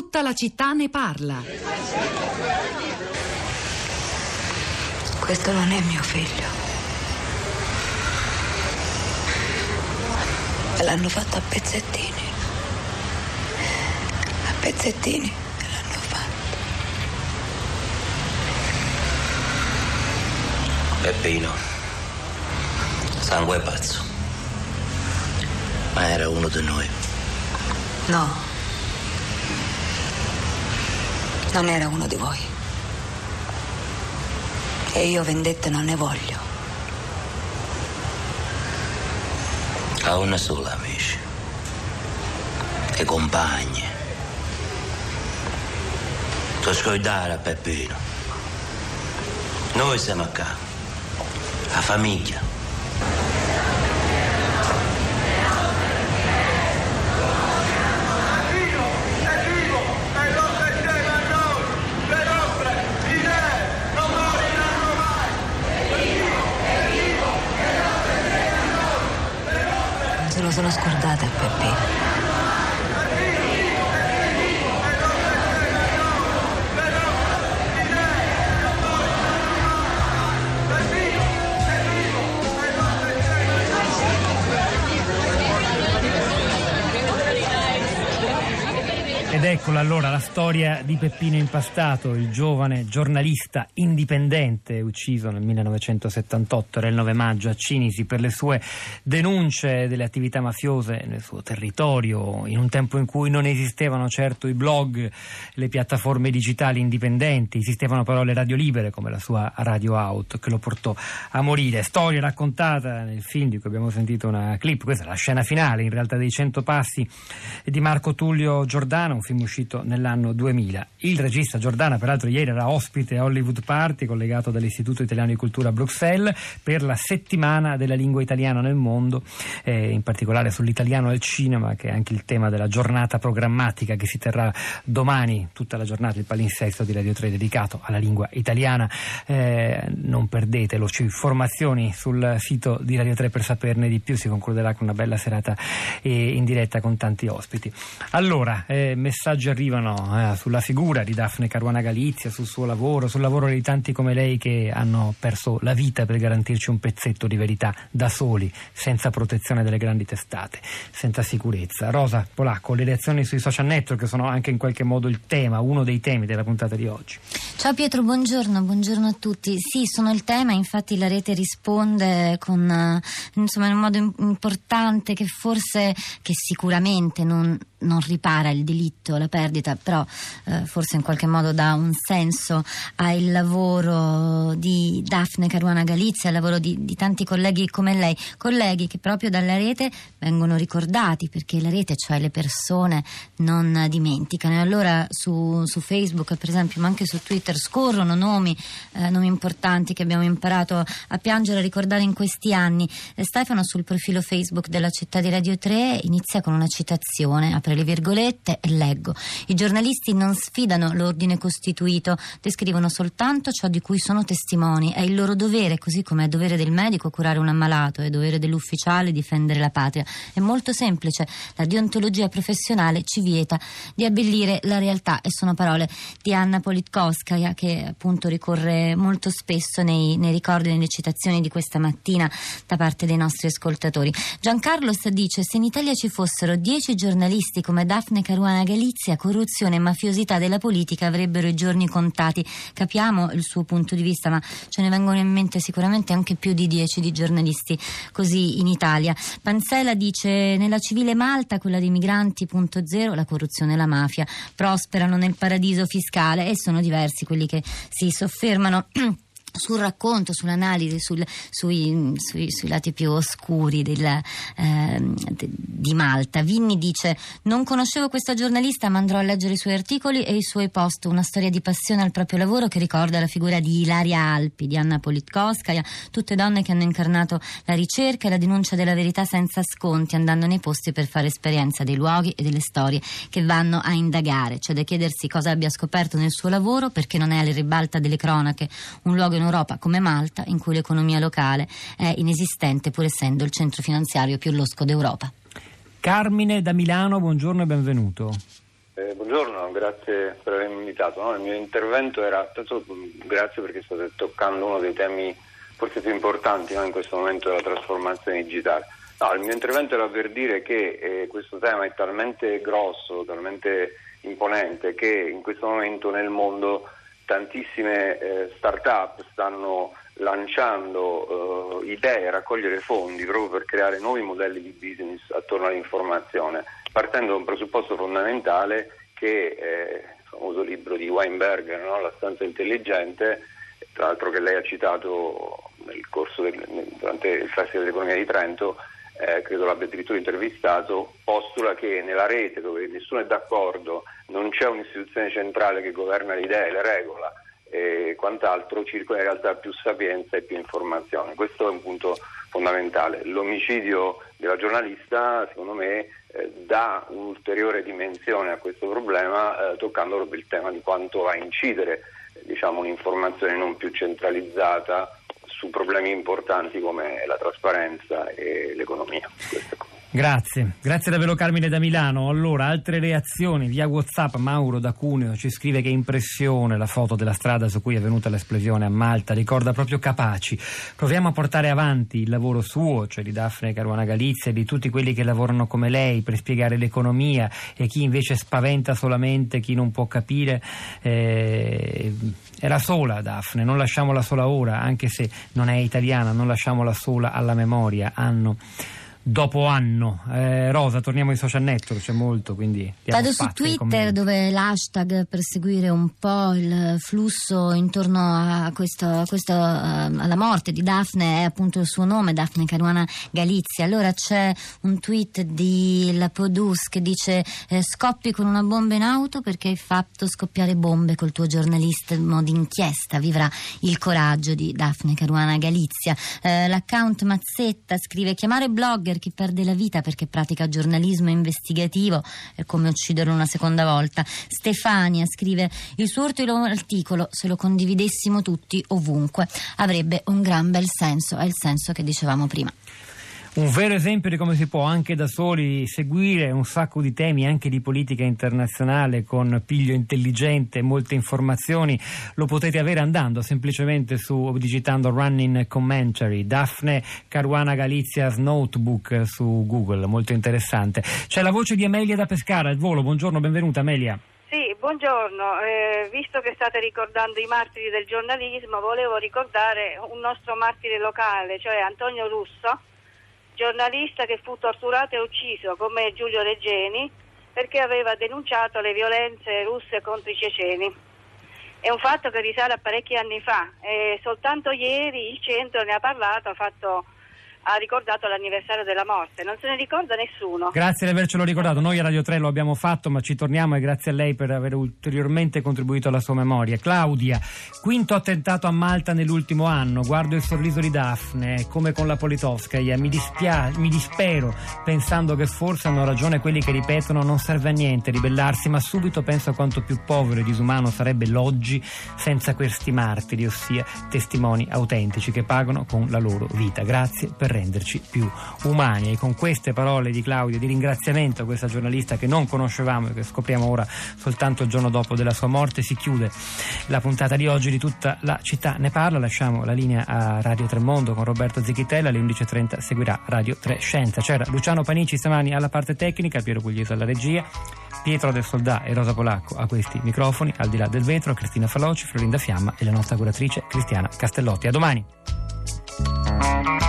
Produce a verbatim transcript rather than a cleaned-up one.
Tutta la città ne parla. Questo non è mio figlio. Me l'hanno fatto a pezzettini. A pezzettini me l'hanno fatto. Peppino, sangue pazzo. Ma era uno di noi. No. Non era uno di voi. E io vendette non ne voglio. Ha una sola, amici. E compagni. Tu scordare a Peppino. Noi siamo qua. La famiglia. Se lo sono scordata a Peppino. Ed eccola allora la storia di Peppino Impastato, il giovane giornalista indipendente ucciso nel millenovecentosettantotto, era il nove maggio, a Cinisi, per le sue denunce delle attività mafiose nel suo territorio, in un tempo in cui non esistevano certo i blog, le piattaforme digitali indipendenti, esistevano però le radio libere come la sua Radio Out che lo portò a morire. Storia raccontata nel film di cui abbiamo sentito una clip, questa è la scena finale in realtà dei Cento passi di Marco Tullio Giordano, un film uscito nell'anno duemila. Il regista Giordana peraltro ieri era ospite a Hollywood Party, collegato dall'Istituto Italiano di Cultura a Bruxelles, per la settimana della lingua italiana nel mondo, eh, in particolare sull'italiano al cinema, che è anche il tema della giornata programmatica che si terrà domani, tutta la giornata, il palinsesto di Radio tre dedicato alla lingua italiana. Eh, non perdetelo, c'è informazioni sul sito di Radio tre per saperne di più, si concluderà con una bella serata eh, in diretta con tanti ospiti. Allora, eh, messaggi arrivano eh, sulla figura di Daphne Caruana Galizia, sul suo lavoro, sul lavoro di tanti come lei che hanno perso la vita per garantirci un pezzetto di verità da soli, senza protezione delle grandi testate, senza sicurezza. Rosa Polacco, le reazioni sui social network sono anche in qualche modo il tema, uno dei temi della puntata di oggi. Ciao Pietro, buongiorno, buongiorno a tutti. Sì, sono il tema, infatti la rete risponde con insomma in un modo importante che forse, che sicuramente non non ripara il delitto, la perdita, però eh, forse in qualche modo dà un senso al lavoro di Daphne Caruana Galizia, al lavoro di, di tanti colleghi come lei, colleghi che proprio dalla rete vengono ricordati, perché la rete, cioè le persone, non dimenticano. E allora su, su Facebook per esempio, ma anche su Twitter, scorrono nomi, eh, nomi importanti che abbiamo imparato a piangere, a ricordare in questi anni. eh, Stefano sul profilo Facebook della città di Radio tre inizia con una citazione, apre le virgolette e leggo: i giornalisti non sfidano l'ordine costituito, descrivono soltanto ciò di cui sono testimoni. È il loro dovere, così come è dovere del medico curare un ammalato, è dovere dell'ufficiale difendere la patria. È molto semplice, la deontologia professionale ci vieta di abbellire la realtà. E sono parole di Anna Politkovskaya, che appunto ricorre molto spesso nei, nei ricordi, nelle citazioni di questa mattina da parte dei nostri ascoltatori. Giancarlo dice: se in Italia ci fossero dieci giornalisti come Daphne Caruana Galizia, corruzione e mafiosità della politica avrebbero i giorni contati. Capiamo il suo punto di vista, ma ce ne vengono in mente sicuramente anche più di dieci di giornalisti così in Italia. Panzela dice: nella civile Malta, quella dei migranti punto zero, la corruzione e la mafia prosperano nel paradiso fiscale, e sono diversi quelli che si soffermano sul racconto, sull'analisi, sul, sui, sui, sui lati più oscuri del, eh, de, di Malta. Vinni dice: non conoscevo questa giornalista, ma andrò a leggere i suoi articoli e i suoi post. Una storia di passione al proprio lavoro che ricorda la figura di Ilaria Alpi, di Anna Politkovskaya, tutte donne che hanno incarnato la ricerca e la denuncia della verità senza sconti, andando nei posti per fare esperienza dei luoghi e delle storie che vanno a indagare. C'è da chiedersi cosa abbia scoperto nel suo lavoro, perché non è alla ribalta delle cronache un luogo in Europa come Malta in cui l'economia locale è inesistente, pur essendo il centro finanziario più losco d'Europa. Carmine da Milano, buongiorno e benvenuto. Eh, buongiorno, grazie per avermi invitato. No, il mio intervento era, tanto, grazie perché state toccando uno dei temi forse più importanti, no, in questo momento della trasformazione digitale. No, il mio intervento era per dire che eh, questo tema è talmente grosso, talmente imponente, che in questo momento nel mondo tantissime eh, start-up stanno lanciando eh, idee, raccogliere fondi proprio per creare nuovi modelli di business attorno all'informazione, partendo da un presupposto fondamentale che eh, il famoso libro di Weinberger, no? La stanza intelligente, tra l'altro che lei ha citato nel corso del, durante il Festival dell'Economia di Trento, eh, credo l'abbia addirittura intervistato, postula che nella rete dove nessuno è d'accordo, non c'è un'istituzione centrale che governa le idee, le regola e quant'altro, circola in realtà più sapienza e più informazione. Questo è un punto fondamentale. L'omicidio della giornalista, secondo me, eh, dà un'ulteriore dimensione a questo problema, eh, toccando proprio il tema di quanto va a incidere, eh, diciamo, un'informazione non più centralizzata su problemi importanti come la trasparenza e l'economia. Questo. Grazie, grazie davvero Carmine da Milano. Allora, altre reazioni via WhatsApp. Mauro da Cuneo ci scrive che impressione la foto della strada su cui è avvenuta l'esplosione a Malta, ricorda proprio Capaci. Proviamo a portare avanti il lavoro suo, cioè di Daphne Caruana Galizia e di tutti quelli che lavorano come lei per spiegare l'economia, e chi invece spaventa solamente, chi non può capire. Eh, era sola Daphne, non lasciamola sola ora, anche se non è italiana, non lasciamola sola alla memoria, anno dopo anno. eh, Rosa, torniamo ai social network, c'è molto, quindi vado su Twitter, dove l'hashtag per seguire un po' il flusso intorno a questo, a questo uh, alla morte di Daphne è appunto il suo nome, Daphne Caruana Galizia. Allora c'è un tweet di Lapodus che dice eh, scoppi con una bomba in auto perché hai fatto scoppiare bombe col tuo giornalismo d'inchiesta, vivrà il coraggio di Daphne Caruana Galizia. eh, l'account Mazzetta scrive: chiamare blogger chi perde la vita perché pratica giornalismo investigativo è come uccidere una seconda volta. Stefania scrive: il suo ultimo articolo, se lo condividessimo tutti ovunque, avrebbe un gran bel senso, è il senso che dicevamo prima. Un vero esempio di come si può anche da soli seguire un sacco di temi anche di politica internazionale con piglio intelligente, molte informazioni. Lo potete avere andando semplicemente su, digitando Running Commentary, Daphne Caruana Galizia's Notebook su Google, molto interessante. C'è la voce di Amelia da Pescara al volo. Buongiorno, benvenuta Amelia. Sì, buongiorno. Eh, visto che state ricordando i martiri del giornalismo, volevo ricordare un nostro martire locale, cioè Antonio Russo, giornalista che fu torturato e ucciso come Giulio Regeni perché aveva denunciato le violenze russe contro i ceceni. È un fatto che risale a parecchi anni fa e soltanto ieri il centro ne ha parlato, ha fatto ha ricordato l'anniversario della morte, non se ne ricorda nessuno. Grazie di avercelo ricordato, noi a Radio tre lo abbiamo fatto, ma ci torniamo e grazie a lei per aver ulteriormente contribuito alla sua memoria. Claudia, quinto attentato a Malta nell'ultimo anno, guardo il sorriso di Daphne, come con la Politkovskaja, mi, dispia- mi dispero pensando che forse hanno ragione quelli che ripetono non serve a niente ribellarsi, ma subito penso a quanto più povero e disumano sarebbe l'oggi senza questi martiri, ossia testimoni autentici che pagano con la loro vita. Grazie per renderci più umani. E con queste parole di Claudia di ringraziamento a questa giornalista che non conoscevamo e che scopriamo ora soltanto il giorno dopo della sua morte, si chiude la puntata di oggi di Tutta la città ne parla. Lasciamo la linea a Radio tre Mondo con Roberto Zichitella, alle undici e trenta seguirà Radio tre Scienza. C'era Luciano Panici stamani alla parte tecnica, Piero Pugliese alla regia, Pietro del Soldà e Rosa Polacco a questi microfoni, al di là del vetro Cristina Faloci, Florinda Fiamma e la nostra curatrice Cristiana Castellotti. A domani.